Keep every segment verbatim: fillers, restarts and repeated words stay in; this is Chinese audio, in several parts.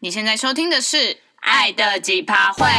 你现在收听的是《爱的几趴会》。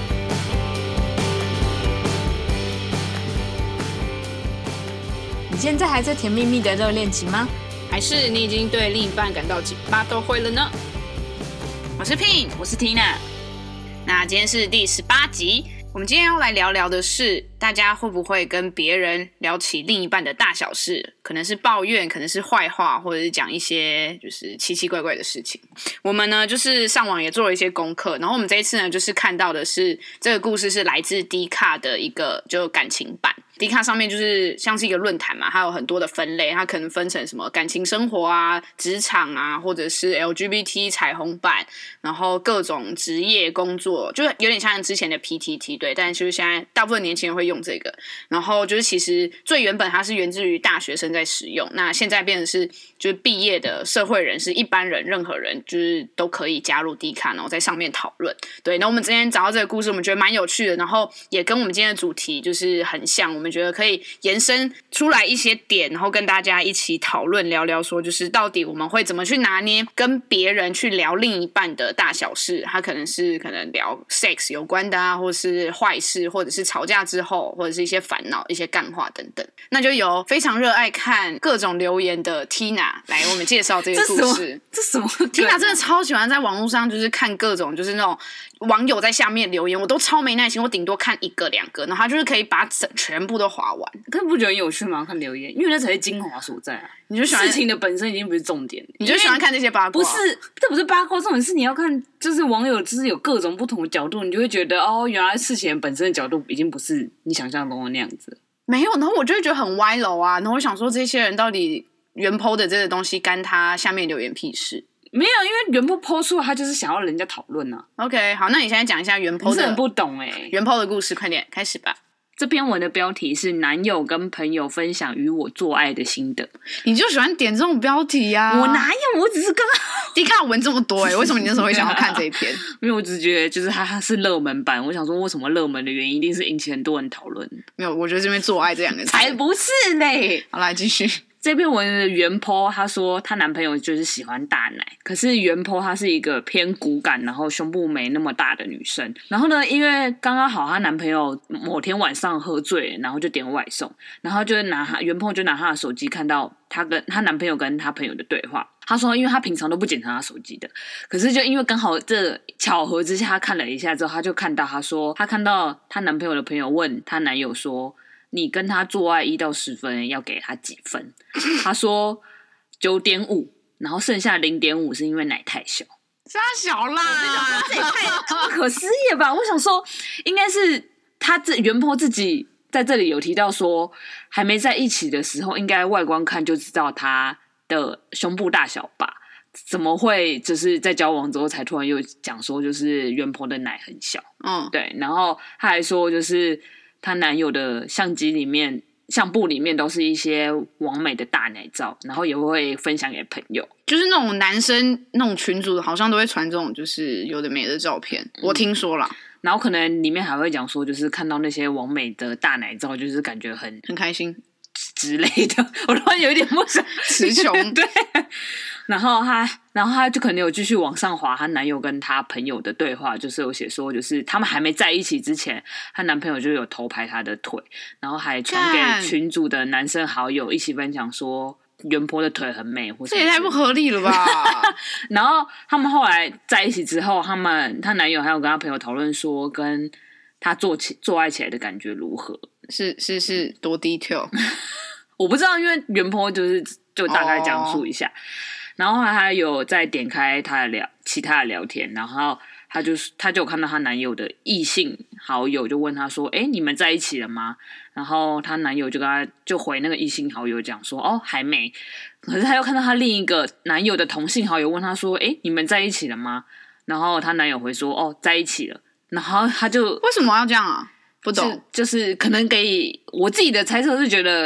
你现在还在甜蜜蜜的热恋期吗？ 还是你已经对另一半感到几趴都会了呢？ 我是 Pin， 我是 Tina。 那今天是第十八集，我们今天要来聊聊的是，大家会不会跟别人聊起另一半的大小事？可能是抱怨，可能是坏话，或者是讲一些就是奇奇怪怪的事情。我们呢，就是上网也做了一些功课，然后我们这一次呢，就是看到的是这个故事是来自 D 卡的一个就感情版。D 卡上面就是像是一个论坛嘛，它有很多的分类，它可能分成什么感情生活啊、职场啊，或者是 L G B T 彩虹版，然后各种职业工作，就是有点像之前的 P T T 对，但就是现在大部分年轻人会用这个。然后就是其实最原本它是源自于大学生在使用，那现在变成是就是毕业的社会人士、一般人、任何人就是都可以加入 D 卡，然后在上面讨论。对，那我们今天找到这个故事，我们觉得蛮有趣的，然后也跟我们今天的主题就是很像，我们。我们觉得可以延伸出来一些点，然后跟大家一起讨论聊聊说，就是到底我们会怎么去拿捏跟别人去聊另一半的大小事，他可能是可能聊 sex 有关的啊，或是坏事，或者是吵架之后，或者是一些烦恼、一些干话等等。那就由非常热爱看各种留言的 Tina 来我们介绍这个故事。 这什么？ Tina 真的超喜欢在网络上就是看各种就是那种网友在下面留言，我都超没耐心，我顶多看一个两个，然后他就是可以把整全部都划完。 可不觉得很有趣吗？看留言，因为那才是精华所在啊！ 你就喜欢事情的本身已经不是重点， 你就喜欢看这些八卦。 不是，这不是八卦，重点是你要看，就是网友就是有各种不同的角度，你就会觉得哦，原来事情本身的角度已经不是你想象中的那样子。 没有，然后我就会觉得很歪楼啊，然后我想说这些人到底原 po 的这个东西干他下面留言屁事？ 没有，因为原 po po 出来，他就是想要人家讨论啊。 OK， 好，那你现在讲一下原 po 的， 你是很不懂哎、欸， 原 po 的故事，快点开始吧。 这篇文的标题是男友跟朋友分享与我做爱的心得。 你就喜欢点这种标题啊？ 我哪有？我只是刚 D 卡文这么多哎、欸，为什么你那时候会想要看这一篇？ 因为我只是觉得就是它它是热门版，我想说为什么热门的原因一定是引起很多人讨论。 没有，我觉得这边做爱这两个字才不是嘞。 好，来继续。 这篇文的原 po 她说她男朋友就是喜欢大奶，可是原 po 她是一个偏骨感，然后胸部没那么大的女生。然后呢，因为刚刚好她男朋友某天晚上喝醉，然后就点外送，然后就拿她原 po 就拿她的手机看到她跟她男朋友跟她朋友的对话。她说，因为她平常都不检查她手机的，可是就因为刚好这巧合之下，她看了一下之后，她就看到她说她看到她男朋友的朋友问她男友说，你跟他做爱一到十分要给他几分？他说九点五，然后剩下零点五是因为奶太小。 傻小啦， 这也太不可思议了吧！我想说，应该是他自原 po 自己在这里有提到说，还没在一起的时候，应该外观看就知道他的胸部大小吧？怎么会就是在交往之后才突然又讲说，就是原 po 的奶很小？嗯，对，然后他还说就是。她男友的相机里面、相簿里面都是一些完美的大奶照，然后也会分享给朋友。 就是那种男生那种群组，好像都会传这种就是有的没的照片，嗯、我听说啦。 然后可能里面还会讲说，就是看到那些完美的大奶照，就是感觉很很开心之类的。我突然有一点不想词穷， 对。然后她，然后她就可能有继续往上滑，她男友跟她朋友的对话，就是有写说，就是他们还没在一起之前，她男朋友就有偷拍她的腿，然后还传给群组的男生好友一起分享说，原 po 的腿很美，或这也太不合理了吧？ 然后他们后来在一起之后，他们她男友还有跟她朋友讨论说，跟她做起做爱起来的感觉如何？ 是是是多 detail？ 我不知道，因为原 po 就是就大概讲述一下。Oh.然后他有再点开他的聊其他的聊天，然后他就他就有看到她男友的异性好友，就问他说：“哎，你们在一起了吗？”然后她男友就跟他就回那个异性好友讲说：“哦，还没。”可是他又看到他另一个男友的同性好友问他说：“哎，你们在一起了吗？”然后她男友回说：“哦，在一起了。”然后他就为什么要这样啊？不懂， 就，就是可能给我自己的猜测是觉得。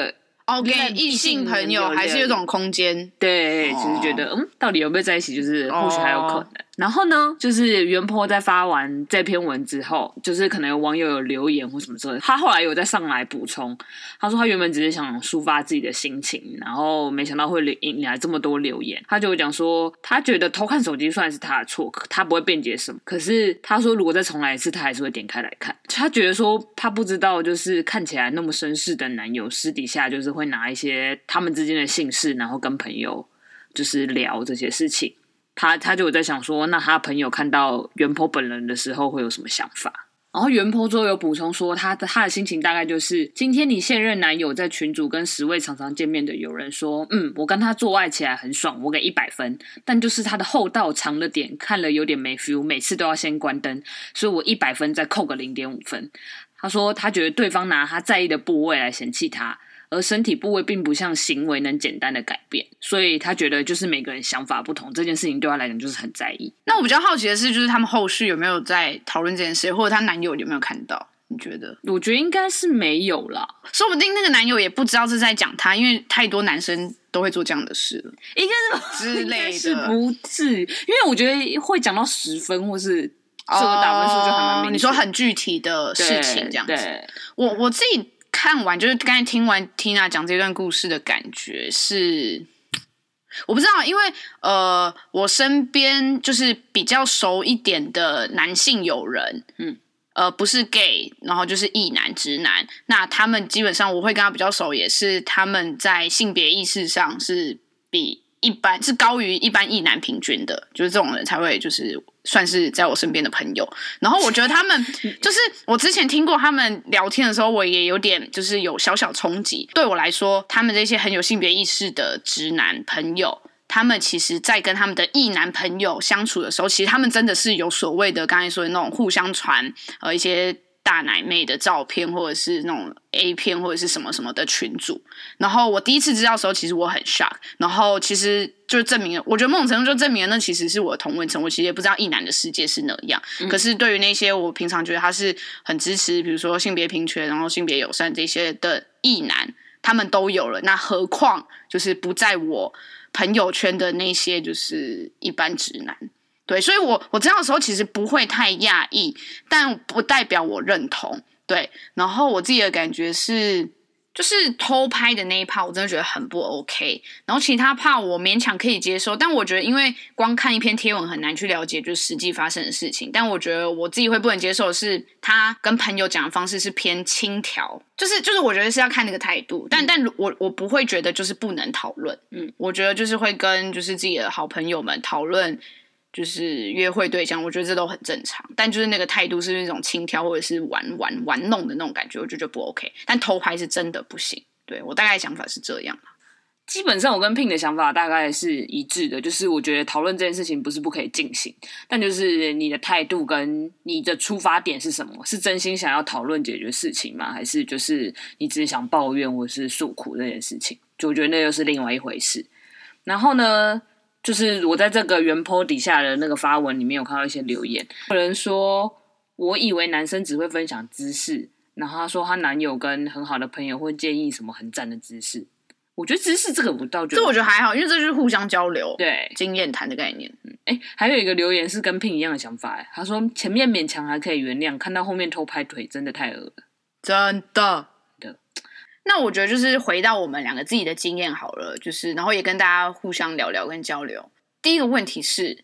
哦，给异性朋友还是有种空间， 对，哦、就是觉得嗯，到底有没有在一起，就是或许还有可能。哦、然后呢，就是原 po 在发完这篇文之后，就是可能有网友有留言或什么之类的，他后来有再上来补充，他说他原本只是想抒发自己的心情，然后没想到会引来这么多留言。他就讲说，他觉得偷看手机算是他的错，他不会辩解什么。可是他说，如果再重来一次，他还是会点开来看。他觉得说，他不知道，就是看起来那么绅士的男友，私底下就是会拿一些他们之间的姓氏，然后跟朋友就是聊这些事情。他他就有在想说，那他朋友看到原 po 本人的时候会有什么想法？然后原 po 之后有补充说，他的他的心情大概就是，今天你现任男友在群组跟十位常常见面的友人说，嗯，我跟他做爱起来很爽，我给一百分，但就是他的后道长了点，看了有点没 feel， 每次都要先关灯，所以我一百分再扣个零点五分。他说他觉得对方拿他在意的部位来嫌弃他。而身体部位并不像行为能简单的改变，所以他觉得就是每个人想法不同，这件事情对他来讲就是很在意。 那我比较好奇的是，就是他们后续有没有在讨论这件事，或者她男友有没有看到？你觉得？ 我觉得应该是没有啦， 说不定那个男友也不知道是在讲他，因为太多男生都会做这样的事了， 应该是之类的， 是不是？因为我觉得会讲到十分或是这个打分数就还蛮明显、哦。 你说很具体的事情这样子，我我自己。看完就是刚才听完 Tina 讲这段故事的感觉是，我不知道，因为呃，我身边就是比较熟一点的男性友人，嗯，呃，不是 gay， 然后就是异男直男，那他们基本上我会跟他比较熟，也是他们在性别意识上是比一般是高于一般异男平均的，就是这种人才会就是算是在我身边的朋友。然后我觉得他们就是我之前听过他们聊天的时候，我也有点就是有小小冲击。对我来说，他们这些很有性别意识的直男朋友，他们其实在跟他们的异男朋友相处的时候，其实他们真的是有所谓的刚才说的那种互相传呃一些大奶妹的照片，或者是那种 A 片或者是什么什么的群组。然后我第一次知道的时候，其实我很 shock。然后其实就证明了，我觉得某种程度就证明了那其实是我的同温层。我其实也不知道异男的世界是那样、嗯、可是对于那些我平常觉得他是很支持比如说性别平权然后性别友善这些的异男，他们都有了，那何况就是不在我朋友圈的那些就是一般直男。对，所以我我知道的时候其实不会太讶异，但不代表我认同。对，然后我自己的感觉是，就是偷拍的那一 part 我真的觉得很不 OK， 然后其他 part 我勉强可以接受，但我觉得因为光看一篇贴文很难去了解就是实际发生的事情，但我觉得我自己会不能接受的是他跟朋友讲的方式是偏轻佻，就是就是我觉得是要看那个态度，但、嗯、但我我不会觉得就是不能讨论，嗯，我觉得就是会跟就是自己的好朋友们讨论。就是约会对象，我觉得这都很正常，但就是那个态度是那种轻佻或者是玩玩玩弄的那种感觉，我觉得就不 OK。但偷拍是真的不行，对，我大概想法是这样。 基本上我跟 Pin 的想法大概是一致的，就是我觉得讨论这件事情不是不可以进行，但就是你的态度跟你的出发点是什么？是真心想要讨论解决事情吗？还是就是你只是想抱怨或是诉苦这件事情？就我觉得那又是另外一回事。然后呢？就是我在这个原 po 底下的那个发文里面有看到一些留言，有人说我以为男生只会分享姿势，然后他说她男友跟很好的朋友会建议什么很赞的姿势。我觉得姿势这个我倒觉得， 这我觉得还好，因为这就是互相交流， 对经验谈的概念。 嗯，哎，还有一个留言是跟 Pin 一样的想法，他说前面勉强还可以原谅，看到后面偷拍腿真的太恶了， 真的。那我觉得就是回到我们两个自己的经验好了，就是然后也跟大家互相聊聊跟交流。第一个问题是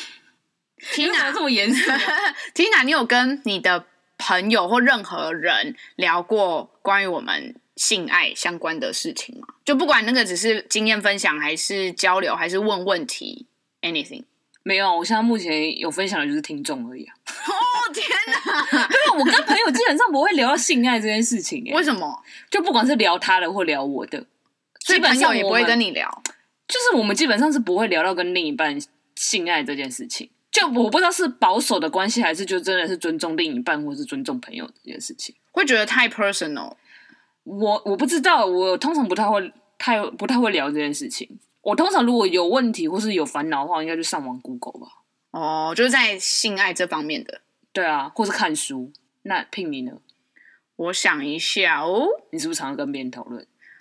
，Tina 这么严肃 ，Tina， 你有跟你的朋友或任何人聊过关于我们性爱相关的事情吗？就不管那个只是经验分享，还是交流，还是问问题 ，anything。 没有，我现在目前有分享的就是听众而已啊。 哦天哪！ 对，我跟朋友基本上不会聊到性爱这件事情耶。 为什么？ 就不管是聊他的或聊我的， 所以朋友也不会跟你聊。 就是我们基本上是不会聊到跟另一半性爱这件事情。就我不知道是保守的关系，还是就真的是尊重另一半，或是尊重朋友这件事情。 会觉得太 personal。 我我不知道，我通常不太会太不太会聊这件事情。我通常如果有问题或是有烦恼的话，应该就上网 Google 吧。 哦，就是在性爱这方面的。 对啊，或是看书。那Pin你呢？ 我想一下哦， 你是不是常常跟别人讨论？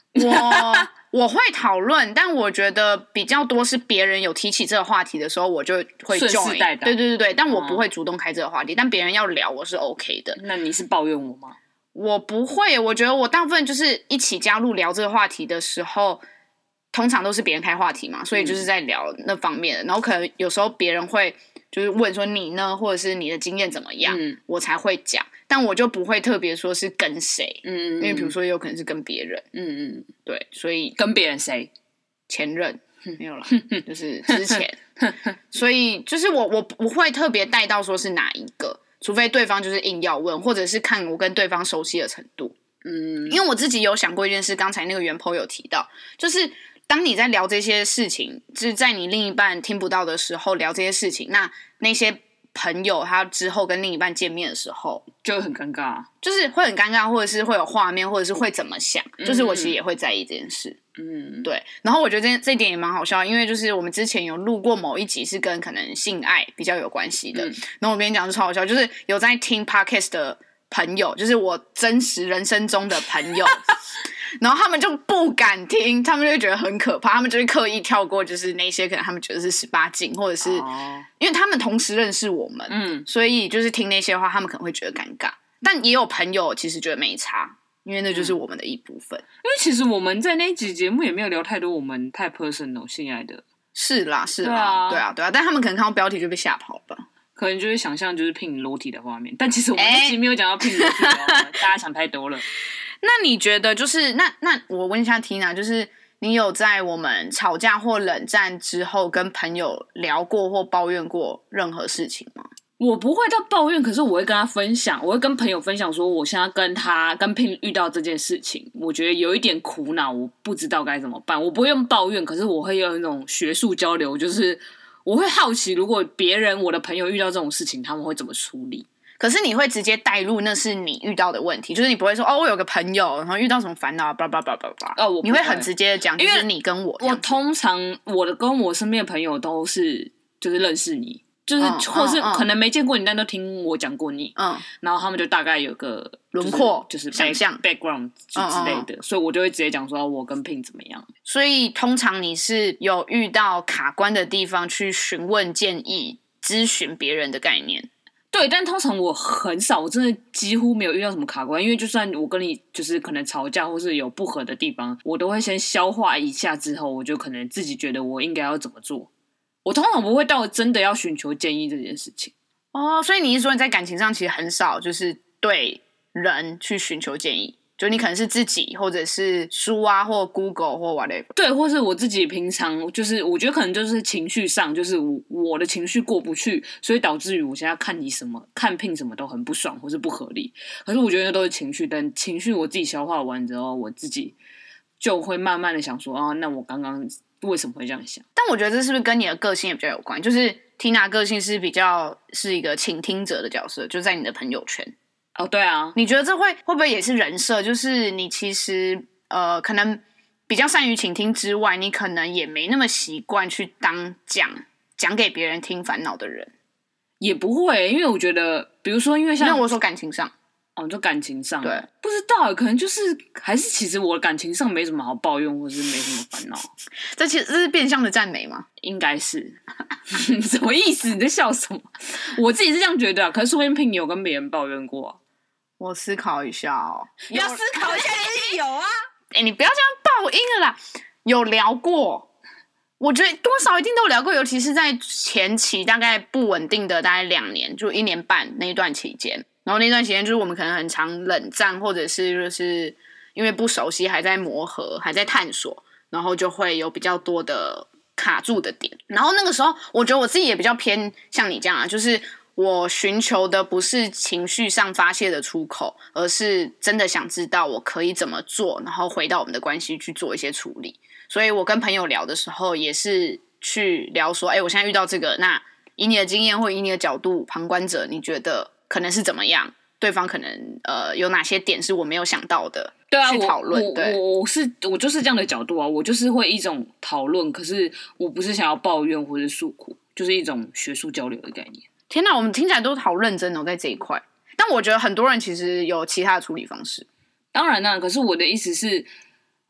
我我会讨论，但我觉得比较多是别人有提起这个话题的时候，我就会 join。 顺势带到对对对对，但我不会主动开这个话题，嗯、但别人要聊我是 OK 的。 那你是抱怨我吗？ 我不会，我觉得我大部分就是一起加入聊这个话题的时候，通常都是别人开话题嘛，所以就是在聊那方面的。嗯、然后可能有时候别人会就是问说你呢，或者是你的经验怎么样，嗯、我才会讲。但我就不会特别说是跟谁，嗯，因为比如说有可能是跟别人，嗯嗯，对，所以跟别人谁？ 前任没有啦，就是之前，所以就是我我不会特别带到说是哪一个。除非对方就是硬要问，或者是看我跟对方熟悉的程度。嗯，因为我自己有想过一件事，刚才那个原 po 有提到，就是当你在聊这些事情，就是在你另一半听不到的时候聊这些事情，那那些朋友他之后跟另一半见面的时候， 就会很尴尬， 就是会很尴尬，或者是会有画面，或者是会怎么想，就是我其实也会在意这件事。嗯，对。然后我觉得这这一点也蛮好笑，因为就是我们之前有录过某一集是跟可能性爱比较有关系的，嗯、然后我跟你讲就超好笑，就是有在听 podcast 的朋友，就是我真实人生中的朋友。然后他们就不敢听，他们就会觉得很可怕，他们就会刻意跳过，就是那些可能他们觉得是十八禁，或者是、哦、因为他们同时认识我们，嗯，所以就是听那些话，他们可能会觉得尴尬。但也有朋友其实觉得没差，因为那就是我们的一部分。嗯、 因为其实我们在那一集节目也没有聊太多我们太 personal 性爱的， 是啦是啦，对啊对啊对啊，但他们可能看到标题就被吓跑了吧。 可能就会想象就是聘裸体的画面，但其实我们那集没有讲到聘裸体的画面，欸、大家想太多了。 那你觉得就是那那我问一下 Tina， 就是你有在我们吵架或冷战之后跟朋友聊过或抱怨过任何事情吗？ 我不会到抱怨，可是我会跟他分享，我会跟朋友分享说我现在跟他跟聘遇到这件事情，我觉得有一点苦恼，我不知道该怎么办。我不会用抱怨，可是我会用那种学术交流，就是我会好奇如果别人我的朋友遇到这种事情他们会怎么处理。 可是你会直接带入那是你遇到的问题，就是你不会说哦，我有个朋友然后遇到什么烦恼，叭叭叭叭叭。哦，我你会很直接的讲，就是你跟我。 我通常我的跟我身边的朋友都是就是认识你，就是、嗯、或是可能没见过你，但都听我讲过你，嗯，然后他们就大概有个轮廓， 就是 back, 想象 background 之类的，嗯嗯，所以我就会直接讲说我跟 Pin 怎么样。 所以通常你是有遇到卡关的地方去询问建议、咨询别人的概念。 对，但通常我很少，我真的几乎没有遇到什么卡关，因为就算我跟你就是可能吵架或是有不合的地方，我都会先消化一下之后，我就可能自己觉得我应该要怎么做。我通常不会到真的要寻求建议这件事情。 哦，所以你是说你在感情上其实很少就是对人去寻求建议？就你可能是自己，或者是书啊，或 Google 或 whatever， 对，或是我自己平常就是我觉得可能就是情绪上，就是我我的情绪过不去，所以导致于我现在看你什么看聘什么都很不爽或是不合理。可是我觉得那都是情绪，但情绪我自己消化完之后，我自己就会慢慢的想说啊，那我刚刚为什么会这样想？ 但我觉得这是不是跟你的个性也比较有关？就是 Tina 个性是比较是一个倾听者的角色，就在你的朋友圈。 哦，对啊， 你觉得这会会不会也是人设？就是你其实呃，可能比较善于倾听之外，你可能也没那么习惯去当讲讲给别人听烦恼的人。 也不会，因为我觉得，比如说，因为像那我说感情上， 哦，就感情上， 对， 不知道，可能就是还是其实我的感情上没什么好抱怨，或是没什么烦恼。 这其实这是变相的赞美吗？ 应该是。什么意思？你在笑什么？我自己是这样觉得、啊，可是说不定Pin有跟别人抱怨过、啊。 我思考一下哦， 要思考一下，也有啊。 哎、欸，你不要这样爆音了啦。有聊过，我觉得多少一定都有聊过，尤其是在前期大概不稳定的大概两年，就一年半那一段期间。然后那段时间就是我们可能很常冷战，或者是就是因为不熟悉，还在磨合，还在探索，然后就会有比较多的卡住的点。然后那个时候，我觉得我自己也比较偏像你这样啊，就是我寻求的不是情绪上发泄的出口，而是真的想知道我可以怎么做，然后回到我们的关系去做一些处理。所以我跟朋友聊的时候，也是去聊说，哎，我现在遇到这个，那以你的经验或以你的角度，旁观者，你觉得可能是怎么样？对方可能呃有哪些点是我没有想到的？ 对啊， 去讨论。 我对， 我我是我就是这样的角度啊，我就是会一种讨论，可是我不是想要抱怨或是诉苦，就是一种学术交流的概念。 天哪，我们听起来都好认真哦，在这一块。但我觉得很多人其实有其他的处理方式。 当然啦，可是我的意思是，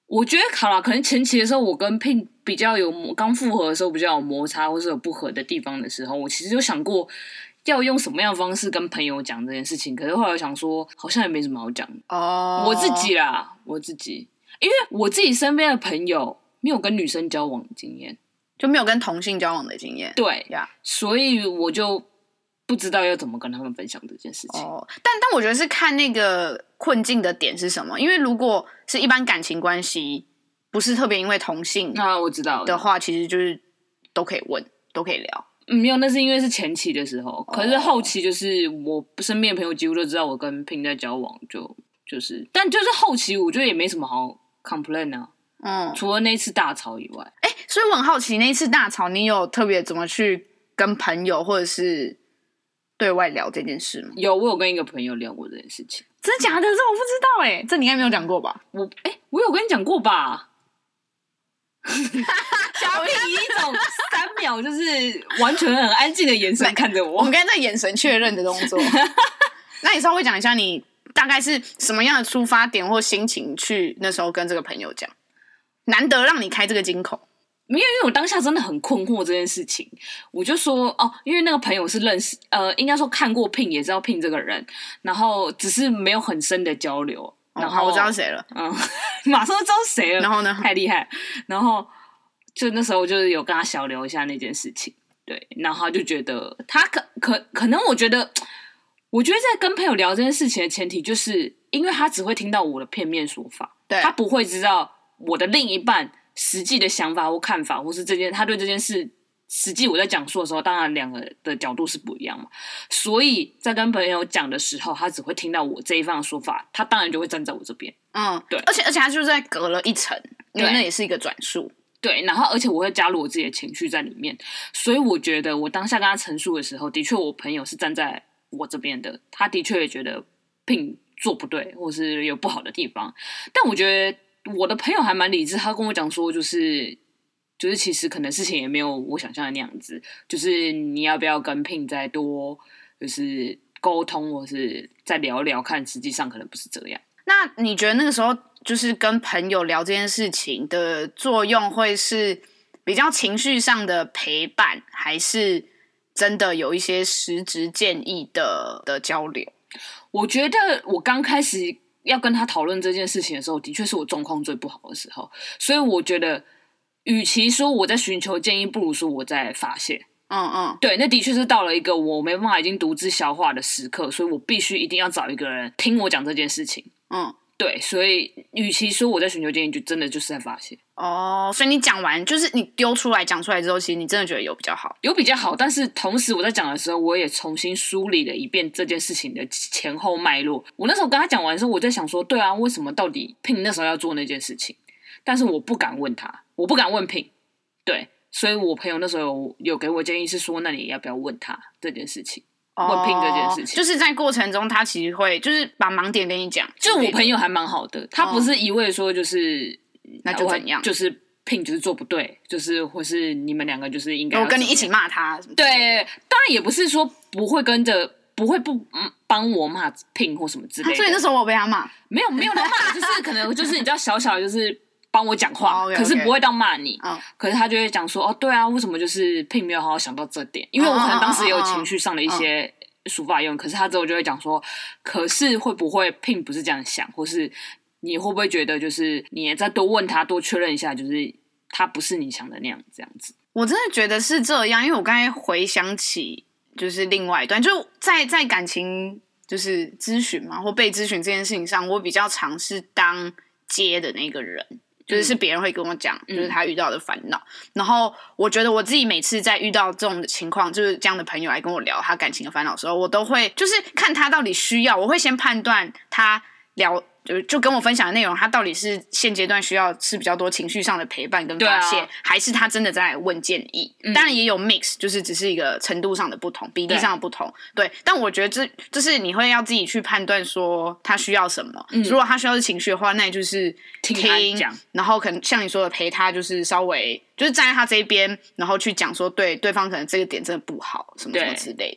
我觉得好啦，可能前期的时候我跟 Pin 比较有刚复合的时候比较有摩擦或是有不合的地方的时候，我其实有想过要用什么样的方式跟朋友讲这件事情，可是后来我想说好像也没什么好讲的。 哦， 我自己啦，我自己，因为我自己身边的朋友没有跟女生交往的经验， 就没有跟同性交往的经验， 对呀， yeah. 所以我就不知道要怎么跟他们分享这件事情。 哦，但但我觉得是看那个困境的点是什么，因为如果是一般感情关系，不是特别因为同性啊，我知道的话，其实就是都可以问，都可以聊。 嗯，没有，那是因为是前期的时候，可是后期就是我身边的朋友几乎都知道我跟 Pin 在交往，就就是，但就是后期我觉得也没什么好 complain 啊，嗯，除了那一次大吵以外。 哎、欸，所以我很好奇，那一次大吵，你有特别怎么去跟朋友或者是对外聊这件事吗？ 有，我有跟一个朋友聊过这件事情。 真的假的？这我不知道哎、欸，这你应该没有讲过吧？ 我哎、欸，我有跟你讲过吧？小屁以一种三秒就是完全很安静的眼神看着我。 我们刚才在眼神确认的动作。那你稍微讲一下，你大概是什么样的出发点或心情去那时候跟这个朋友讲？难得让你开这个金口。 没有，因为我当下真的很困惑这件事情，我就说哦，因为那个朋友是认识，呃，应该说看过 Pin 也知道 Pin 这个人，然后只是没有很深的交流。然后、 哦、我知道谁了， 嗯，马上就知道谁了。 然后呢？ 太厉害！然后就那时候就是有跟他小聊一下那件事情，对，然后他就觉得他可可可能，我觉得，我觉得在跟朋友聊这件事情的前提，就是因为他只会听到我的片面说法， 对， 他不会知道我的另一半实际的想法或看法，或是这件他对这件事。实际我在讲述的时候，当然两个的角度是不一样嘛，所以在跟朋友讲的时候，他只会听到我这一方的说法，他当然就会站在我这边。 嗯， 对， 而且而且他就是在隔了一层，因为那也是一个转述。 对，然后而且我会加入我自己的情绪在里面，所以我觉得我当下跟他陈述的时候，的确我朋友是站在我这边的，他的确也觉得 Pin 做不对，或是有不好的地方，但我觉得我的朋友还蛮理智，他跟我讲说就是。就是其实可能事情也没有我想象的那样子，就是你要不要跟 Pin 再多就是沟通，或是再聊聊看，实际上可能不是这样。 那你觉得那个时候就是跟朋友聊这件事情的作用，会是比较情绪上的陪伴，还是真的有一些实质建议的的交流？ 我觉得我刚开始要跟他讨论这件事情的时候，的确是我状况最不好的时候，所以我觉得。与其说我在寻求建议，不如说我在发泄。 嗯嗯， 对，那的确是到了一个我没办法已经独自消化的时刻，所以我必须一定要找一个人听我讲这件事情。嗯，对，所以与其说我在寻求建议，就真的就是在发泄。 哦，所以你讲完，就是你丢出来讲出来之后，其实你真的觉得有比较好， 有比较好。但是同时我在讲的时候，我也重新梳理了一遍这件事情的前后脉络。我那时候跟他讲完的时候，我在想说，对啊，为什么到底 Pin 那时候要做那件事情？但是我不敢问他，我不敢问 Pin， 对，所以我朋友那时候 有, 有给我建议是说，那你要不要问他这件事情，哦、问 Pin 这件事情， 就是在过程中他其实会就是把盲点跟你讲， 就我朋友还蛮好的，他不是一味说就是、 哦、那就怎样， 就是 Pin 就是做不对，就是或是你们两个就是应该我跟你一起骂他什么， 对，当然也不是说不会跟着。不会不帮我骂 Pin 或什么之类的， 啊、所以那时候我被他骂， 没有没有到骂，就是可能就是你知道小小的就是帮我讲话， oh, okay, okay. 可是不会到骂你。 嗯、 可是他就会讲说哦，对啊，为什么就是 Pin 没有好好想到这点？因为我可能当时也有情绪上的一些抒发用，可是他之后就会讲说，可是会不会 Pin 不是这样想，或是你会不会觉得就是你也再多问他，多确认一下，就是他不是你想的那样这样子。 我真的觉得是这样，因为我刚才回想起。就是另外一段，就在在感情就是咨询嘛，或被咨询这件事情上，我比较常是当接的那个人，就是是别人会跟我讲，嗯、就是他遇到的烦恼。然后我觉得我自己每次在遇到这种情况，就是这样的朋友来跟我聊他感情的烦恼的时候，我都会就是看他到底需要，我会先判断他聊。就就跟我分享的内容，他到底是现阶段需要是比较多情绪上的陪伴跟发泄，啊、还是他真的在问建议？嗯、当然也有 mix， 就是只是一个程度上的不同，比例上的不同。对，对但我觉得这就是你会要自己去判断说他需要什么。嗯、如果他需要是情绪的话，那你就是听， 听他讲， 然后可能像你说的陪他，就是稍微就是站在他这一边，然后去讲说对对方可能这个点真的不好，什么什么之类的。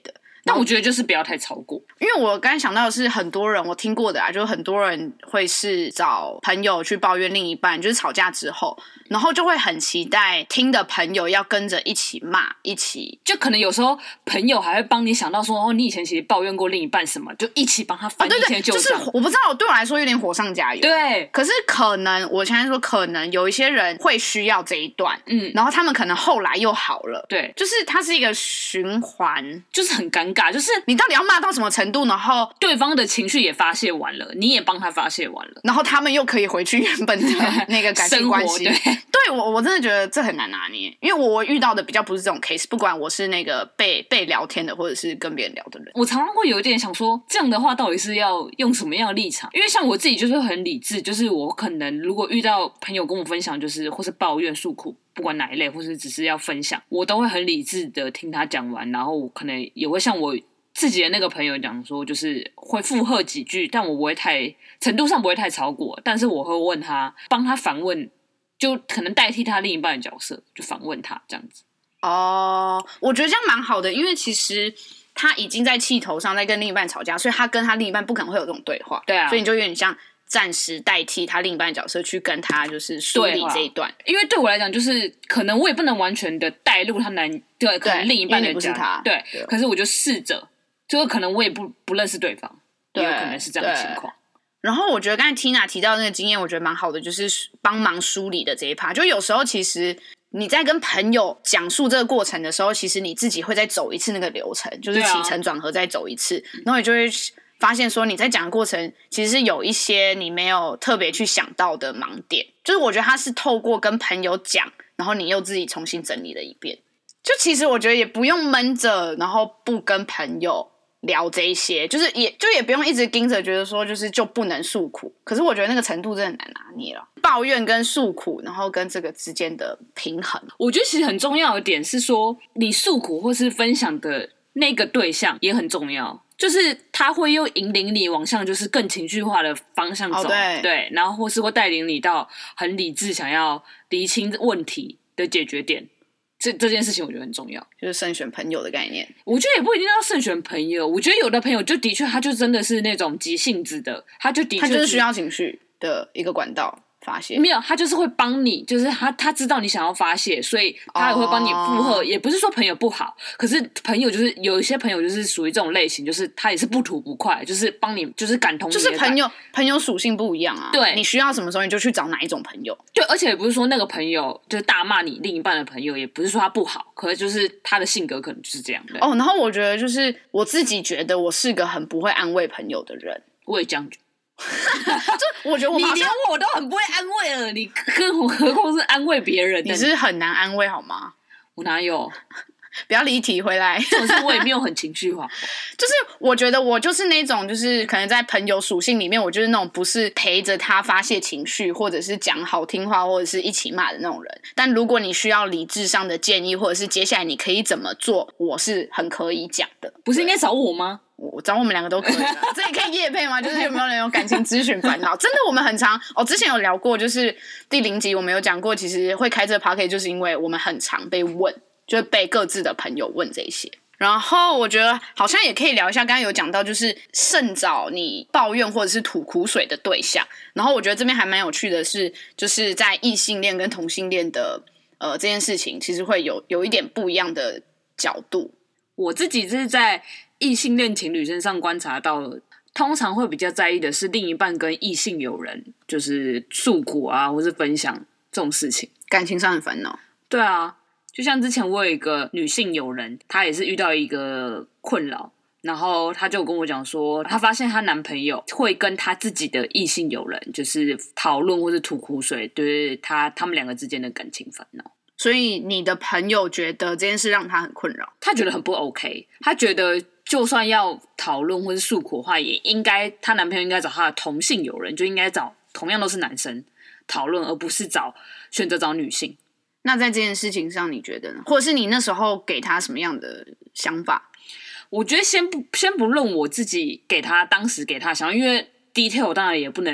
但我觉得就是不要太超过， 因为我刚才想到的是很多人我听过的啊，就是很多人会是找朋友去抱怨另一半，就是吵架之后，然后就会很期待听的朋友要跟着一起骂，一起就可能有时候朋友还会帮你想到说，哦，你以前其实抱怨过另一半什么，就一起帮他翻以前旧账。 就是我不知道，对我来说有点火上加油。 对， 可是可能我现在说，可能有一些人会需要这一段，嗯，然后他们可能后来又好了， 对， 就是它是一个循环， 就是很尴尬，就是你到底要骂到什么程度，然后对方的情绪也发泄完了，你也帮他发泄完了， 然后他们又可以回去原本的那个感情关系。 对， 对我我真的觉得这很难拿捏，因为我我遇到的比较不是这种 case， 不管我是那个被被聊天的，或者是跟别人聊的人， 我常常会有一点想说，这样的话到底是要用什么样的立场？因为像我自己就是很理智，就是我可能如果遇到朋友跟我分享，就是或是抱怨诉苦，不管哪一类，或是只是要分享，我都会很理智的听他讲完，然后我可能也会像我自己的那个朋友讲说，就是会附和几句，但我不会太程度上不会太超过，但是我会问他，帮他反问，就可能代替他另一半的角色，就反问他这样子。 哦，我觉得这样蛮好的，因为其实他已经在气头上在跟另一半吵架，所以他跟他另一半不可能会有这种对话， 对啊， 所以你就有点像暂时代替他另一半的角色去跟他就是梳理这一段。 因为对我来讲，就是可能我也不能完全的带入他男对可能另一半的角色，对，对，可是我就试着，就是可能我也不不认识对方，也有可能是这样的情况。 然后我觉得刚才 Tina 提到那个经验，我觉得蛮好的，就是帮忙梳理的这一 part。就有时候其实你在跟朋友讲述这个过程的时候，其实你自己会再走一次那个流程，就是起承转合再走一次，啊、然后你就会发现说你在讲的过程其实是有一些你没有特别去想到的盲点。就是我觉得他是透过跟朋友讲，然后你又自己重新整理了一遍。就其实我觉得也不用闷着，然后不跟朋友聊这一些，就是也就也不用一直盯着，觉得说就是就不能诉苦。可是我觉得那个程度真的很难拿捏了，抱怨跟诉苦，然后跟这个之间的平衡。 我觉得其实很重要的点是说，你诉苦或是分享的那个对象也很重要，就是他会又引领你往向就是更情绪化的方向走， 哦、对, 对，然后或是会带领你到很理智，想要厘清问题的解决点。这这件事情我觉得很重要， 就是慎选朋友的概念。 我觉得也不一定要慎选朋友，我觉得有的朋友就的确他就真的是那种急性子的，他就的确他就是需要情绪的一个管道发泄。 没有，他就是会帮你，就是他他知道你想要发泄，所以他也会帮你附和。Oh. 也不是说朋友不好，可是朋友就是有一些朋友就是属于这种类型，就是他也是不吐不快，就是帮你，就是感同你的感。 就是朋友朋友属性不一样啊。 对， 你需要什么时候你就去找哪一种朋友。 对，而且也不是说那个朋友就是大骂你另一半的朋友，也不是说他不好，可是就是他的性格可能就是这样。 哦， oh, 然后我觉得就是我自己觉得我是个很不会安慰朋友的人。 我也这样觉得。 就我觉得我你连我都很不会安慰了，你更何况是安慰别人的？ 你是很难安慰好吗？ 我哪有？ 不要离题回来。 可是我也没有很情绪化。 就是我觉得我就是那种，就是可能在朋友属性里面，我就是那种不是陪着他发泄情绪，或者是讲好听话，或者是一起骂的那种人。但如果你需要理智上的建议，或者是接下来你可以怎么做，我是很可以讲的。 不是应该找我吗？ 我找我们两个都可以了。这也可以业配吗？就是有没有人有感情咨询烦恼？真的，我们很常哦，之前有聊过，就是第零集我们有讲过，其实会开这个 podcast 就是因为我们很常被问，就是被各自的朋友问这些。然后我觉得好像也可以聊一下，刚刚有讲到就是慎找你抱怨或者是吐苦水的对象。然后我觉得这边还蛮有趣的是，就是在异性恋跟同性恋的呃这件事情，其实会有有一点不一样的角度。 我自己是在异性恋情侣身上观察到了，通常会比较在意的是另一半跟异性友人就是诉苦啊，或是分享这种事情， 感情上的烦恼。 对啊，就像之前我有一个女性友人，她也是遇到一个困扰，然后她就跟我讲说，她发现她男朋友会跟她自己的异性友人就是讨论或是吐苦水，对她他们两个之间的感情烦恼。 所以你的朋友觉得这件事让他很困扰， 他觉得很不 OK， 他觉得就算要讨论或是诉苦的话，也应该她男朋友应该找他的同性友人，就应该找同样都是男生讨论，而不是找选择找女性。 那在这件事情上你觉得呢？或者是你那时候给他什么样的想法？ 我觉得先不先不论我自己给他当时给他想法，因为 detail 当然也不能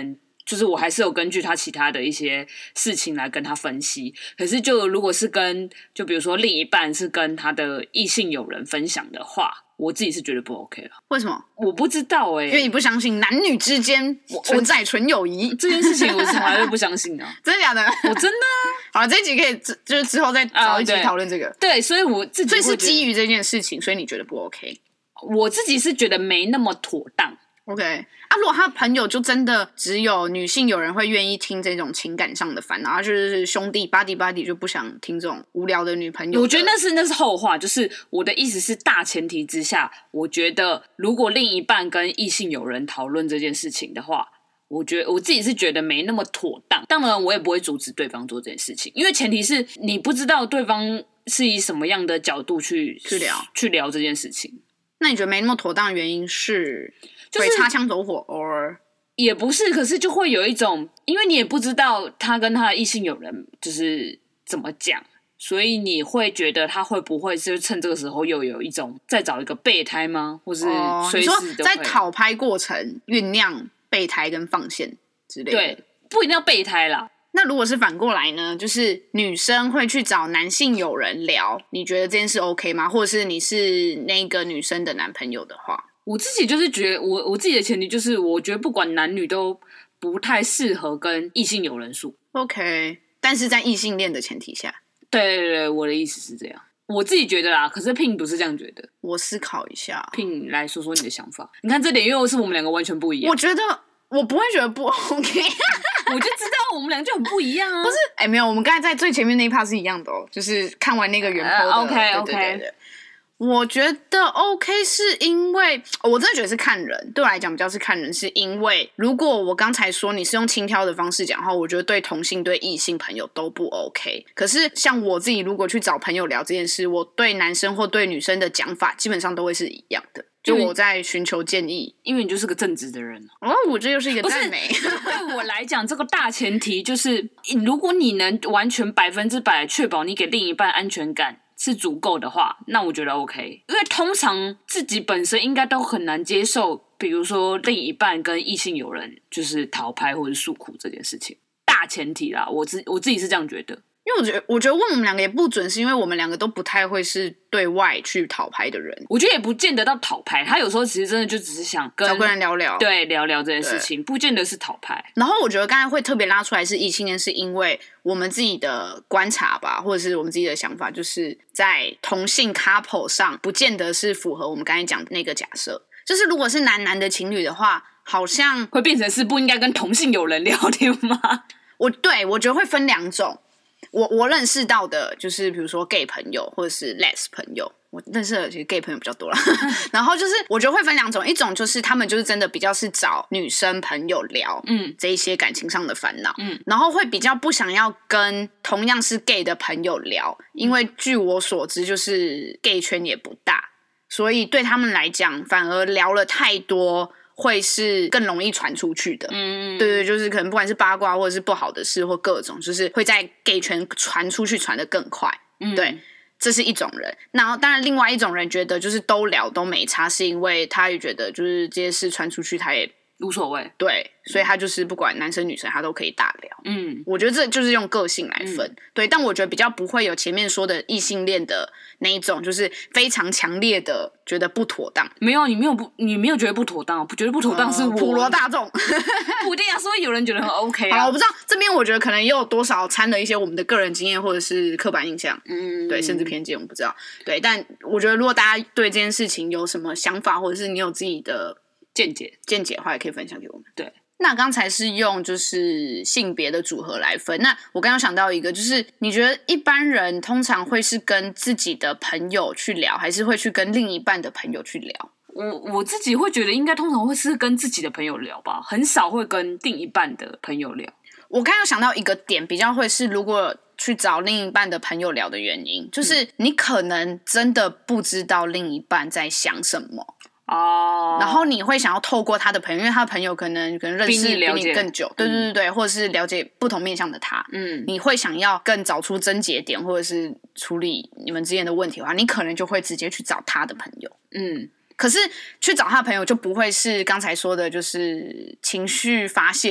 就是我还是有根据他其他的一些事情来跟他分析。可是就如果是跟就比如说另一半是跟他的异性友人分享的话，我自己是觉得不 OK 了。 为什么？ 我不知道哎、欸， 因为你不相信男女之间存在纯友谊这件事情，我从来都不相信的、啊。 真的假的？ 我真的、啊。 好了，这一集可以就是之后再找一集讨论这个、啊对。对，所以我自己所以是基于这件事情，所以你觉得不 OK？ 我自己是觉得没那么妥当。 OK 啊，如果他朋友就真的只有女性友人会愿意听这种情感上的烦恼，就是兄弟 buddy buddy 就不想听这种无聊的女朋友的。 我觉得那是那是后话，就是我的意思是大前提之下，我觉得如果另一半跟异性友人讨论这件事情的话，我觉得我自己是觉得没那么妥当。当然我也不会阻止对方做这件事情，因为前提是你不知道对方是以什么样的角度去去聊去聊这件事情。 那你觉得没那么妥当的原因是会擦枪走火 or 也不是，可是就会有一种，因为你也不知道他跟他的异性友人就是怎么讲，所以你会觉得他会不会就趁这个时候又有一种再找一个备胎吗？或是随时都会、哦、 你说在讨拍过程酝酿备胎跟放线之类的？ 对，不一定要备胎啦。 那如果是反过来呢？就是女生会去找男性友人聊，你觉得这件事 OK 吗？或者是你是那个女生的男朋友的话？ 我自己就是觉得，我我自己的前提就是，我觉得不管男女都不太适合跟异性友人说 OK， 但是在异性恋的前提下。 对对对，我的意思是这样，我自己觉得啦。可是 Pin 不是这样觉得， 我思考一下 ，Pin 来说说你的想法。你看这点，因为是我们两个完全不一样。 我觉得我不会觉得不 OK， 我就知道我们俩就很不一样啊。 不是，哎、欸，没有，我们刚才在最前面那一 part 是一样的哦，就是看完那个原 po 的、 uh, OK 对 OK 对对对。我觉得 OK 是因为我真的觉得是看人，对我来讲比较是看人，是因为如果我刚才说你是用轻佻的方式讲的话，我觉得对同性对异性朋友都不 OK。可是像我自己如果去找朋友聊这件事，我对男生或对女生的讲法基本上都会是一样的，就我在寻求建议， 因为你就是个正直的人。 哦，我这又是一个赞美。 对我来讲，这个大前提就是，如果你能完全百分之百确保你给另一半安全感是足够的话，那我觉得 OK。因为通常自己本身应该都很难接受，比如说另一半跟异性友人就是讨拍或者诉苦这件事情。大前提啦，我自我自己是这样觉得。 因为我觉得，我觉得问我们两个也不准，是因为我们两个都不太会是对外去讨拍的人。 我觉得也不见得到讨拍，他有时候其实真的就只是想跟找个人聊聊， 对，聊聊这件事情，不见得是讨拍。 然后我觉得刚才会特别拉出来是异性恋，是因为我们自己的观察吧，或者是我们自己的想法，就是在同性 couple 上，不见得是符合我们刚才讲的那个假设。就是如果是男男的情侣的话，好像会变成是不应该跟同性友人聊天吗？ 我对我觉得会分两种。我我认识到的就是比如说 gay 朋友或者是 les 朋友，我认识的其实 gay 朋友比较多啦然后就是我觉得会分两种，一种就是他们就是真的比较是找女生朋友聊嗯这一些感情上的烦恼嗯，然后会比较不想要跟同样是 gay 的朋友聊，因为据我所知就是 gay 圈也不大，所以对他们来讲反而聊了太多会是更容易传出去的，嗯，对对，就是可能不管是八卦或者是不好的事或各种，就是会在 gay 圈传出去传得更快，嗯，对，这是一种人。然后当然另外一种人觉得就是都聊都没差，是因为他也觉得就是这些事传出去他也无所谓， 对，所以他就是不管男生女生他都可以大聊，嗯，我觉得这就是用个性来分，嗯，对，但我觉得比较不会有前面说的异性恋的那一种，就是非常强烈的觉得不妥当。 没有，你没有不，你没有觉得不妥当，不觉得不妥当是我、呃、 普罗大众， 不一定啊，所以有人觉得很 OK 啊。 好，我不知道这边，我觉得可能也有多少掺了一些我们的个人经验或者是刻板印象，嗯，对，甚至偏见，我不知道，对，但我觉得如果大家对这件事情有什么想法，或者是你有自己的见解见解的话，也可以分享给我们。 对， 那刚才是用就是性别的组合来分。那我刚刚想到一个，就是你觉得一般人通常会是跟自己的朋友去聊，还是会去跟另一半的朋友去聊？ 我我自己会觉得应该通常会是跟自己的朋友聊吧，很少会跟另一半的朋友聊。 我刚刚想到一个点，比较会是如果去找另一半的朋友聊的原因，就是你可能真的不知道另一半在想什么。哦、oh, 然后你会想要透过他的朋友，因为他的朋友可能可能认识比你更久，对对对对、嗯，或者是了解不同面向的他，嗯，你会想要更找出症结点，或者是处理你们之间的问题的话，你可能就会直接去找他的朋友，嗯。可是去找他的朋友就不会是刚才说的，就是情绪发泄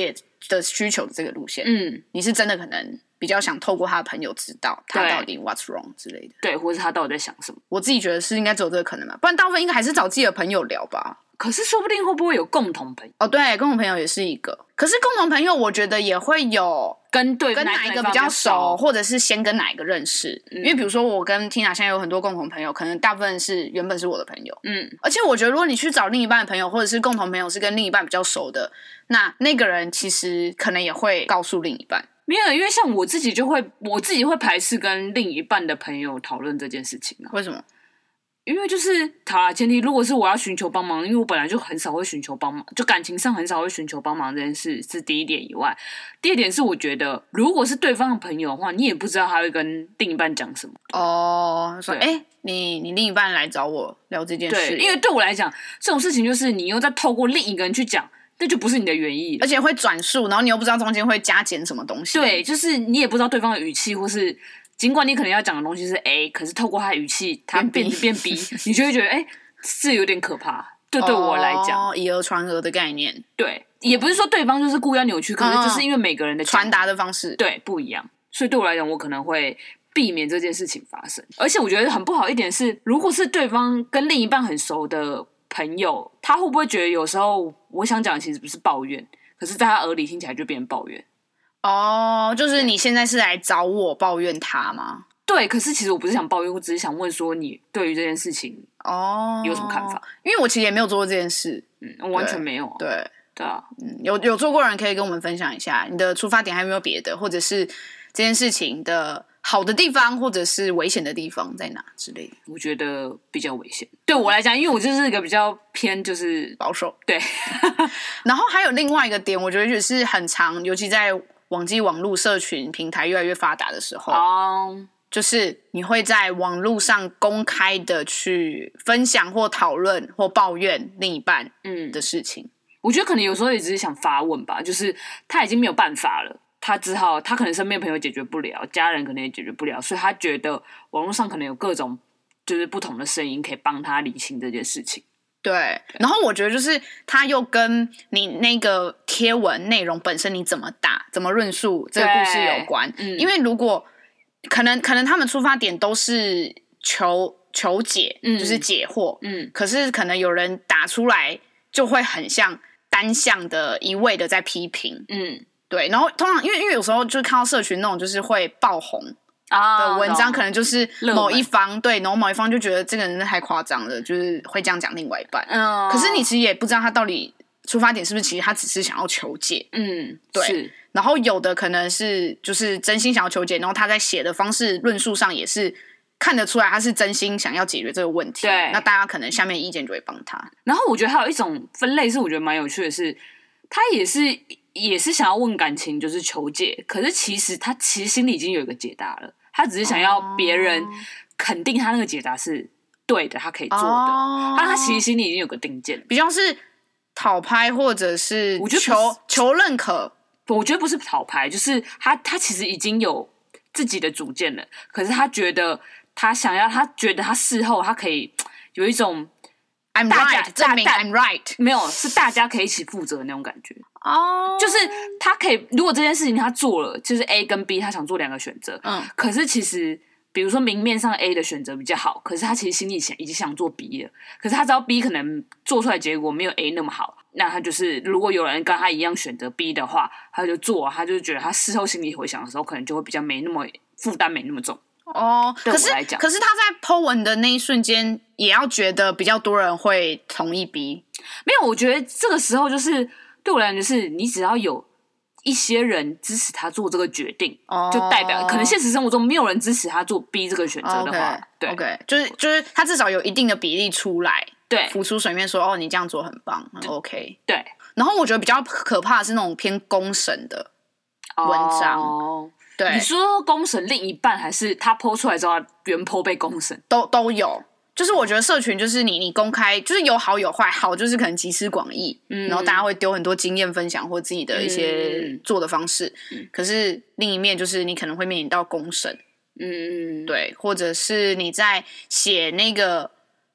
的需求的这个路线， 嗯， 你是真的可能比较想透过他的朋友知道他到底 what's wrong 之类的， 对，或是他到底在想什么。 我自己觉得是应该只有这个可能吧，不然大部分应该还是找自己的朋友聊吧。 可是说不定会不会有共同朋友？ 哦，对，共同朋友也是一个。可是共同朋友，我觉得也会有跟对跟哪一个比比较熟，或者是先跟哪一个认识。嗯、因为比如说我跟 Tina 现在有很多共同朋友，可能大部分是原本是我的朋友。嗯，而且我觉得如果你去找另一半的朋友，或者是共同朋友是跟另一半比较熟的，那那个人其实可能也会告诉另一半。 没有，因为像我自己就会，我自己会排斥跟另一半的朋友讨论这件事情啊。 为什么？ 因为就是好啦，前提如果是我要寻求帮忙，因为我本来就很少会寻求帮忙，就感情上很少会寻求帮忙这件事是第一点以外，第二点是我觉得如果是对方的朋友的话，你也不知道他会跟另一半讲什么。 哦，说哎、欸，你你另一半来找我聊这件事， 对，因为对我来讲，这种事情就是你又在透过另一个人去讲。那就不是你的原意了， 而且会转述，然后你又不知道中间会加减什么东西。 对，就是你也不知道对方的语气，或是尽管你可能要讲的东西是 A， 可是透过他的语气，他变变 B， 你就会觉得哎，是有点可怕。对，对我来讲， 哦，以讹传讹的概念。 对，也不是说对方就是故意要扭曲，可是就是因为每个人的传达的方式对不一样，所以对我来讲，我可能会避免这件事情发生。而且我觉得很不好一点是，如果是对方跟另一半很熟的朋友，他会不会觉得有时候我想讲的其实不是抱怨，可是在他耳里听起来就变成抱怨？ 哦，就是你现在是来找我抱怨他吗？ 对，可是其实我不是想抱怨，我只是想问说你对于这件事情哦有什么看法？ 因为我其实也没有做过这件事， 嗯，我完全没有。 对对啊， 嗯，有有做过的人可以跟我们分享一下，你的出发点还有没有别的，或者是这件事情的好的地方，或者是危险的地方在哪之类的？ 我觉得比较危险，对我来讲，因为我就是一个比较偏就是保守， 对。 然后还有另外一个点，我觉得也是很常，尤其在网际网络社群平台越来越发达的时候，哦、oh. 就是你会在网络上公开的去分享或讨论或抱怨另一半的事情。嗯、 我觉得可能有时候也只是想发问吧，就是他已经没有办法了。他只好，他可能身边朋友解决不了，家人可能也解决不了，所以他觉得网络上可能有各种就是不同的声音可以帮他理清这件事情。 对，然后我觉得就是他又跟你那个贴文内容本身你怎么打、怎么论述这个故事有关。嗯，因为如果可能，可能他们出发点都是求求解，嗯，就是解惑，嗯，可是可能有人打出来就会很像单向的、一味的在批评，嗯。对，然后通常因为因为有时候就看到社群那种就是会爆红的文章，可能就是某一方对，然后某一方就觉得这个人太夸张了，就是会这样讲另外一半。嗯，可是你其实也不知道他到底出发点是不是其实他只是想要求解。嗯，对。是然后有的可能是就是真心想要求解，然后他在写的方式论述上也是看得出来他是真心想要解决这个问题。对，那大家可能下面意见就会帮他。 然后我觉得还有一种分类是我觉得蛮有趣的是，他也是。也是想要问感情，就是求解，可是其实他其实心里已经有一个解答了，他只是想要别人肯定他那个解答是对的，他可以做的，哦、他他其实心里已经有个定见， 比较是讨拍或者是求求认可。 我觉得不是讨拍，就是他他其实已经有自己的主见了，可是他觉得他想要，他觉得他事后他可以有一种。 I'm right， 证明 I'm right， 没有是大家可以一起负责的那种感觉哦。Oh. 就是他可以，如果这件事情他做了，就是 A 跟 B， 他想做两个选择，嗯，可是其实比如说明面上 A 的选择比较好，可是他其实心里想已经想做 B 了，可是他知道 B 可能做出来结果没有 A 那么好，那他就是如果有人跟他一样选择 B 的话，他就做，他就觉得他事后心里回想的时候，可能就会比较没那么负担，没那么重。 哦，可是可是他在 po 文的那一瞬间，也要觉得比较多人会同意 B。 没有，我觉得这个时候就是对我来讲，就是你只要有一些人支持他做这个决定，哦、就代表可能现实生活中没有人支持他做 B 这个选择的话， okay, 对 ，OK， 就是就是他至少有一定的比例出来， 对， 浮出水面说哦，你这样做很棒，很 OK， 对。 然后我觉得比较可怕的是那种偏公审的文章。哦对， 你说公审另一半，还是他 po 出来之后原 po 被公审？ 都都有，就是我觉得社群就是你你公开，就是有好有坏，好就是可能集思广益，嗯，然后大家会丢很多经验分享或自己的一些做的方式，嗯、可是另一面就是你可能会面临到公审，嗯，对，或者是你在写那个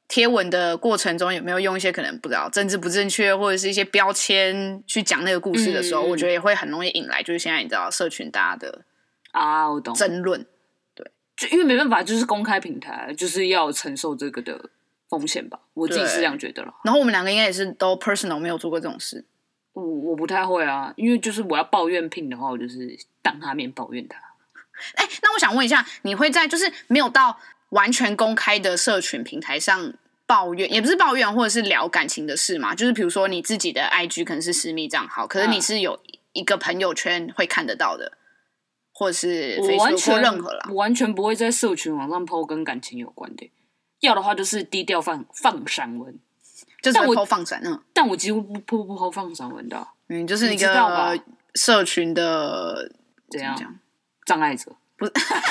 贴文的过程中有没有用一些可能不知道政治不正确或者是一些标签去讲那个故事的时候，嗯、我觉得也会很容易引来就是现在你知道社群大家的啊，我懂争论。对， 就因为没办法，就是公开平台就是要承受这个的风险吧，我自己是这样觉得了。 然后我们两个应该也是都 personal 没有做过这种事。 我我不太会啊，因为就是我要抱怨Ping的话，我就是当他面抱怨他。 哎，那我想问一下，你会在就是没有到完全公开的社群平台上抱怨，也不是抱怨，或者是聊感情的事嘛？就是比如说你自己的 I G 可能是私密账号，可是你是有一个朋友圈会看得到的，或者是 Facebook 或任何啦。 我完全不会在社群网上 po 跟感情有关的，要的话就是低调放放散文， 就是会 po 放闪嗯。 但我几乎不 po 不 po 放散文的、啊， 嗯，就是一个社群的怎样障碍者，不是。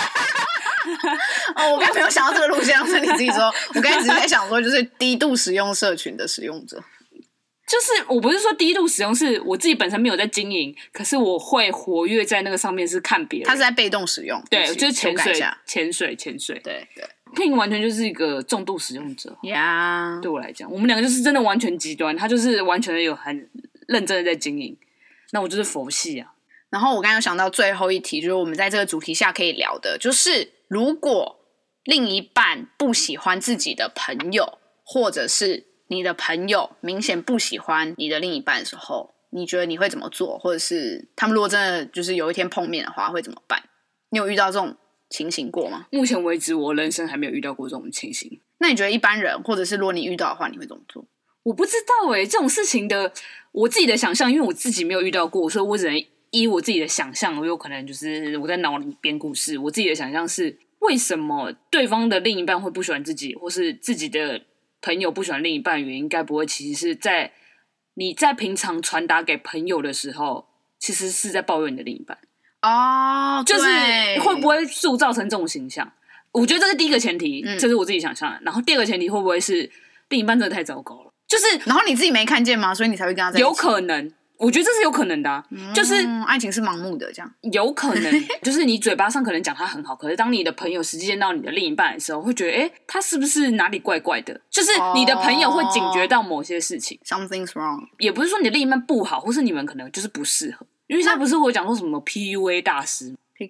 哦，我刚才没有想到这个路线，是你自己说。我刚才只是在想说，就是低度使用社群的使用者， 就是我不是说低度使用，是我自己本身没有在经营，可是我会活跃在那个上面，是看别人。 他是在被动使用， 对，就是潜水、潜水、潜水， 对对。 Ping 完全就是一个重度使用者呀， yeah. 对我来讲，我们两个就是真的完全极端，他就是完全的有很认真的在经营，那我就是佛系啊。 然后我刚刚有想到最后一题，就是我们在这个主题下可以聊的，就是如果另一半不喜欢自己的朋友，或者是你的朋友明显不喜欢你的另一半的时候，你觉得你会怎么做？或者是他们如果真的就是有一天碰面的话，会怎么办？你有遇到这种情形过吗？ 目前为止，我人生还没有遇到过这种情形。 那你觉得一般人，或者是如果你遇到的话，你会怎么做？ 我不知道哎、欸，这种事情的我自己的想象，因为我自己没有遇到过，所以我只能依我自己的想象，我有可能就是我在脑里编故事。我自己的想象是，为什么对方的另一半会不喜欢自己，或是自己的朋友不喜欢另一半？原因该不会其实是在你在平常传达给朋友的时候，其实是在抱怨你的另一半哦， 就是会不会塑造成这种形象？我觉得这是第一个前提，嗯、这是我自己想象的。然后第二个前提会不会是另一半真的太糟糕了？就是， 然后你自己没看见吗？所以你才会跟他在一起？ 有可能。我觉得这是有可能的、啊嗯，就是爱情是盲目的，这样有可能，就是你嘴巴上可能讲他很好，可是当你的朋友实际见到你的另一半的时候，会觉得，哎，他是不是哪里怪怪的？就是你的朋友会警觉到某些事情、 oh, ，something's wrong。 也不是说你的另一半不好，或是你们可能就是不适合，因为现在不是我讲说什么 P U A 大师 ，pick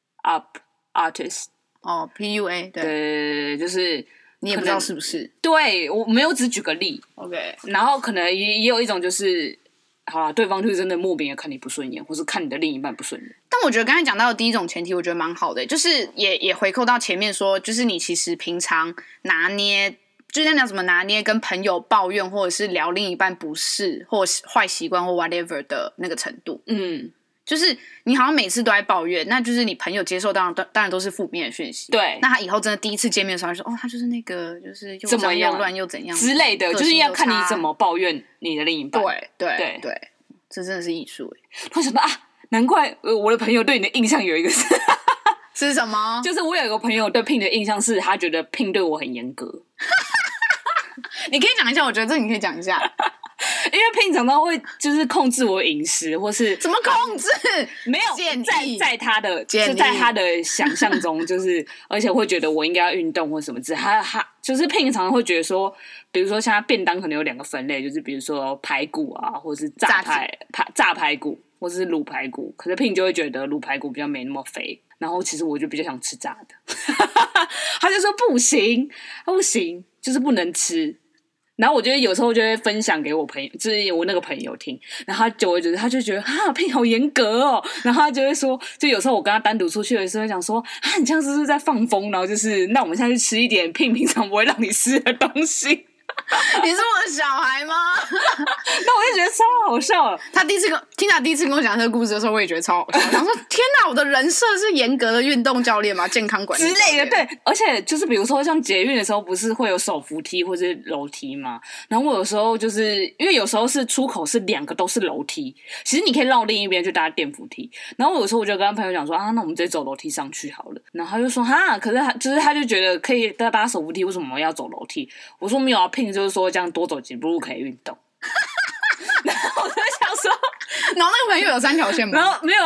up artist， 哦、oh, ，P U A， 对， 对，就是你也不知道是不是？ 对，我没有只举个例 ，OK， 然后可能也也有一种就是。好啦，对方就是真的莫名的看你不顺眼，或是看你的另一半不顺眼。 但我觉得刚才讲到的第一种前提，我觉得蛮好的，就是也也回扣到前面说，就是你其实平常拿捏，就是那怎么拿捏跟朋友抱怨，或者是聊另一半不是或坏习惯或 whatever 的那个程度。嗯，就是你好像每次都在抱怨，那就是你朋友接受当然当然都是负面的讯息。 对， 那他以后真的第一次见面的时候，就说哦，他就是那个就是又脏又乱又怎样之类的，就是要看你怎么抱怨你的另一半。 对对对对，这真的是艺术哎！ 突然想到啊，难怪我的朋友对你的印象有一个是是什么？ 就是我有一个朋友对 Ping 的印象是，他觉得 Ping 对我很严格。 你可以讲一下，我觉得这你可以讲一下。 因为平常都会就是控制我饮食，或是怎么控制？ 没有在在他的就在他的想象中，就是而且会觉得我应该要运动或什么之类。他他就是平常会觉得说，比如说像他便当可能有两个分类，就是比如说排骨啊，或是炸排排炸排骨，或是卤排骨。可是 Ping 就会觉得卤排骨比较没那么肥，然后其实我就比较想吃炸的。他就说不行，不行，就是不能吃。然后我觉得有时候就会分享给我朋友，就是我那个朋友听，然后他就会觉得，他就觉得啊，Ping好严格哦，然后他就会说，就有时候我跟他单独出去的时候，会讲说啊，你这样是不是在放风？然后就是那我们现在去吃一点 Ping 平常不会让你吃的东西。 你是我的小孩吗？ 那我就觉得超好笑了。 他第一次跟听他第一次跟我讲这个故事的时候，我也觉得超好笑。然后说天哪，我的人设是严格的运动教练吗？健康管理之类的，对。而且就是比如说像捷运的时候，不是会有手扶梯或是楼梯吗？然后我有时候就是因为有时候是出口是两个都是楼梯，其实你可以绕另一边去搭电扶梯。然后我有时候我就跟他朋友讲说啊，那我们直接走楼梯上去好了。然后他就说哈，可是他就是他就觉得可以搭搭手扶梯，为什么我们要走楼梯？我说没有啊 ，Ping 就是说这样多走几步路可以运动。然后我就想说， 然后那个朋友有三条线吗？ 然后没有，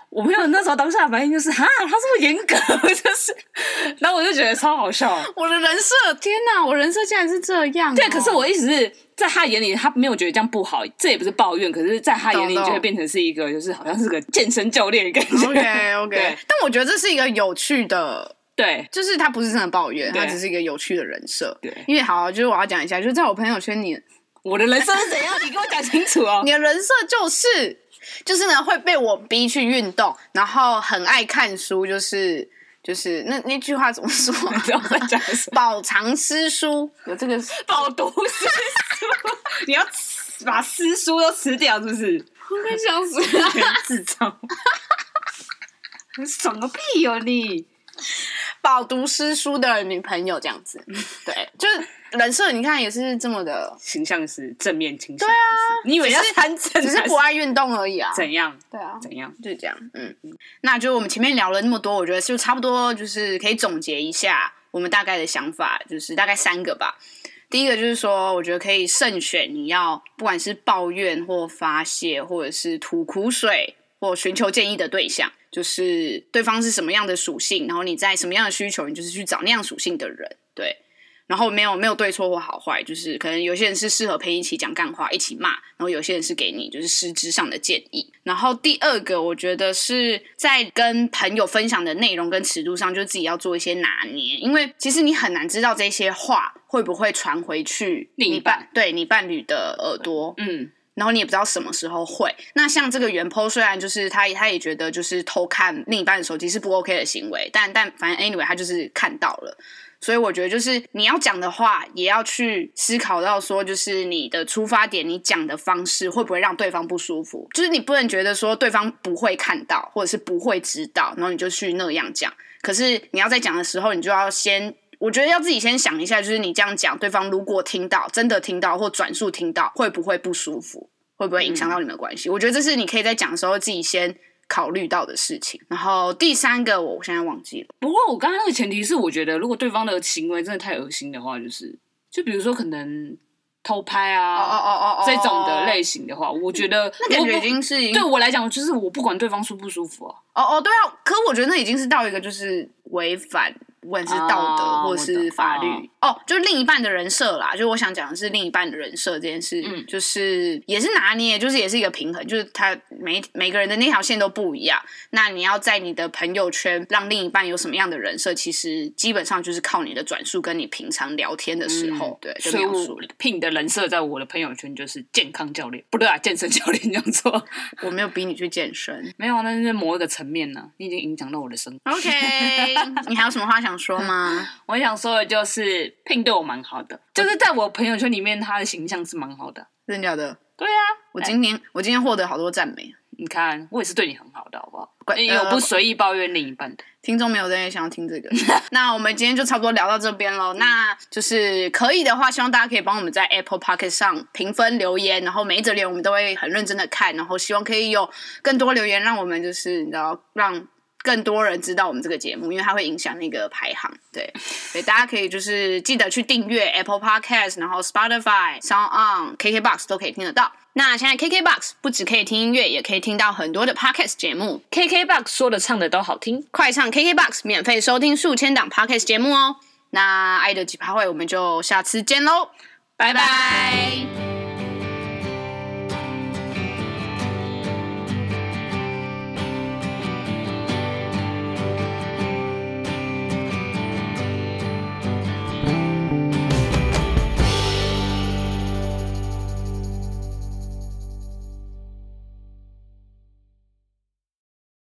我朋友那时候当下的反应就是哈，他这么严格，就是，然后我就觉得超好笑。 我的人设，天哪，我人设竟然是这样、哦。 对，可是我意思是在他眼里，他没有觉得这样不好，这也不是抱怨，可是在他眼里就会变成是一个，就是好像是个健身教练的感觉。 OK OK， 但我觉得这是一个有趣的。 对， 就是他不是真的抱怨，他只是一个有趣的人设。 对， 因为好，就是我要讲一下，就是在我朋友圈里， 我的人设是怎样？你跟我讲清楚哦。 你的人设就是，就是呢会被我逼去运动，然后很爱看书，就是就是那那句话怎么说、啊？ 你知道我在讲什么？ 饱尝诗书，有这个饱读诗书，你要把诗书都吃掉，是不是？ 我快笑死了， 智障！你爽个屁哦你！ 饱读诗书的女朋友这样子，对，就是人设，你看也是这么的形象是正面倾向。 对啊， 你以为要参政， 只是不爱运动而已啊？ 怎样？ 对啊， 怎样？ 就是这样。嗯，那就我们前面聊了那么多，我觉得就差不多，就是可以总结一下我们大概的想法，就是大概三个吧。第一个就是说，我觉得可以慎选你要不管是抱怨或发泄，或者是吐苦水或寻求建议的对象。就是对方是什么样的属性，然后你在什么样的需求，你就是去找那样属性的人，对。然后没有没有对错或好坏，就是可能有些人是适合陪你一起讲干话，一起骂，然后有些人是给你就是实质上的建议。然后第二个，我觉得是在跟朋友分享的内容跟尺度上，就自己要做一些拿捏，因为其实你很难知道这些话会不会传回去另一半， 对你伴侣的耳朵，嗯。然后你也不知道什么时候会。那像这个原 po 虽然就是他他也觉得就是偷看另一半的手机是不 OK 的行为，但但反正 anyway 他就是看到了。所以我觉得就是你要讲的话也要去思考到说，就是你的出发点，你讲的方式会不会让对方不舒服，就是你不能觉得说对方不会看到或者是不会知道，然后你就去那样讲。可是你要在讲的时候，你就要先我觉得要自己先想一下，就是你这样讲，对方如果听到真的听到或转述听到，会不会不舒服，会不会影响到你们的关系、嗯、我觉得这是你可以在讲的时候自己先考虑到的事情。然后第三个我现在忘记了， 不过我刚刚那个前提是我觉得如果对方的行为真的太恶心的话，就是就比如说可能偷拍啊哦哦哦哦这种的类型的话，我觉得那感觉已经是对我来讲就是我不管对方舒不舒服啊。 哦哦对啊，可我觉得那已经是到一个就是违反不管是道德或是法律、哦, 哦，就是另一半的人设啦。就我想讲的是另一半的人设这件事、嗯，就是也是拿捏，就是也是一个平衡，就是他每每个人的那条线都不一样。那你要在你的朋友圈让另一半有什么样的人设，其实基本上就是靠你的转述跟你平常聊天的时候，嗯、对，就描述。 所以聘你的人设在我的朋友圈就是健康教练，不对啊，健身教练这样做。 我没有逼你去健身， 没有，那是某一个层面呢、啊，你已经影响到我的生活。 OK， 你还有什么话想说吗？ 我想说的就是聘对我蛮好的，就是在我朋友圈里面他的形象是蛮好的。 真的假的？ 对啊， 我今天我今天获得好多赞美。 你看我也是对你很好的好不好？因为我不随意抱怨另一半的、呃、 听众没有人也想要听这个。那我们今天就差不多聊到这边咯。那就是可以的话，希望大家可以帮我们在 Apple Podcast 上评分留言，然后每一则留言我们都会很认真的看，然后希望可以有更多留言，让我们就是你知道让更多人知道我们这个节目，因为它会影响那个排行。对，所以大家可以就是记得去订阅 Apple Podcast， 然后 Spotify、SoundOn、K K B O X 都可以听得到。那现在 K K B O X 不只可以听音乐，也可以听到很多的 Podcast 节目。 K K B O X 说的唱的都好听， 快上 K K B O X 免费收听数千档 Podcast 节目哦。那爱的几趴会我们就下次见咯，拜拜。